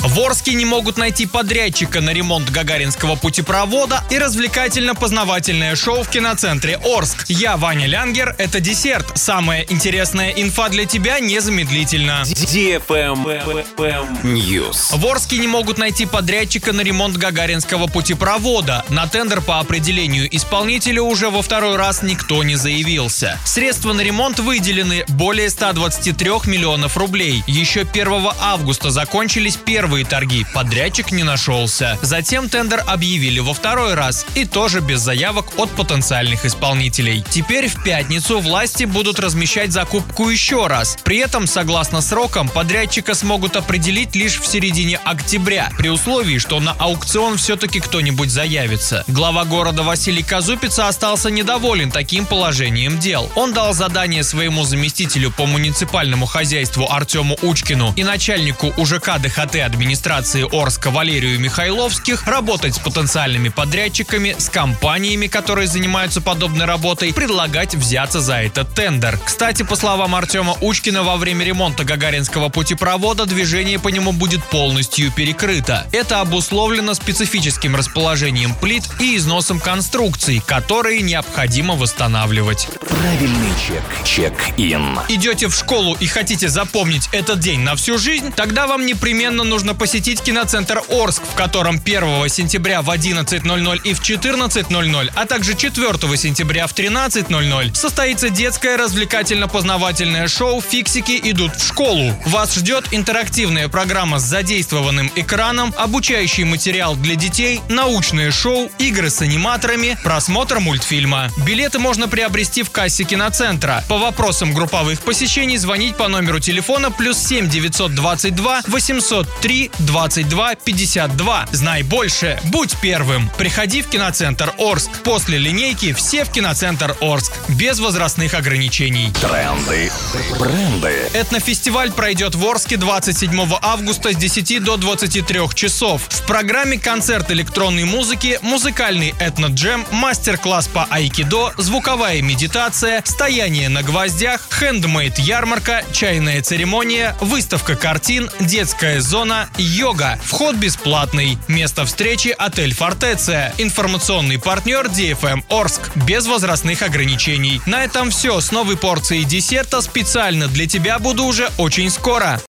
В Орске не могут найти подрядчика на ремонт Гагаринского путепровода и развлекательно-познавательное шоу в киноцентре Орск. Я Ваня Лянгер, это десерт. Самая интересная инфа для тебя незамедлительно. News. В Орске не могут найти подрядчика на ремонт Гагаринского путепровода. На тендер по определению исполнителя уже во второй раз никто не заявился. Средства на ремонт выделены более 123 миллионов рублей. Еще 1 августа закончились первые торги, подрядчик не нашелся. Затем тендер объявили во второй раз и тоже без заявок от потенциальных исполнителей. Теперь в пятницу власти будут размещать закупку еще раз. При этом, согласно срокам, подрядчика смогут определить лишь в середине октября, при условии, что на аукцион все-таки кто-нибудь заявится. Глава города Василий Казупица остался недоволен таким положением дел. Он дал задание своему заместителю по муниципальному хозяйству Артему Учкину и начальнику УЖК ДХТ администрации Орска Валерию Михайловских работать с потенциальными подрядчиками, с компаниями, которые занимаются подобной работой, предлагать взяться за этот тендер. Кстати, по словам Артема Учкина, во время ремонта Гагаринского путепровода движение по нему будет полностью перекрыто. Это обусловлено специфическим расположением плит и износом конструкций, которые необходимо восстанавливать. Правильный чек. Чек-ин. Идете в школу и хотите запомнить этот день на всю жизнь? Тогда вам непременно нужно посетить киноцентр Орск, в котором 1 сентября в 11:00 и в 14:00, а также 4 сентября в 13:00 состоится детское развлекательно-познавательное шоу «Фиксики идут в школу». Вас ждет интерактивная программа с задействованным экраном, обучающий материал для детей, научное шоу, игры с аниматорами, просмотр мультфильма. Билеты можно приобрести в кассе киноцентра. По вопросам групповых посещений звонить по номеру телефона +7 922 803 22 52. Знай больше, будь первым. Приходи в киноцентр Орск. После линейки все в киноцентр Орск. Без возрастных ограничений. Тренды. Бренды. Этнофестиваль пройдет в Орске 27 августа с 10 до 23 часов. В программе концерт электронной музыки, музыкальный этноджем, мастер-класс по айкидо, звуковая медитация, стояние на гвоздях, хендмейд-ярмарка, чайная церемония, выставка картин, детская зона, йога. Вход бесплатный. Место встречи — отель «Фортеция». Информационный партнер DFM Орск. Без возрастных ограничений. На этом все. С новой порцией десерта специально для тебя буду уже очень скоро.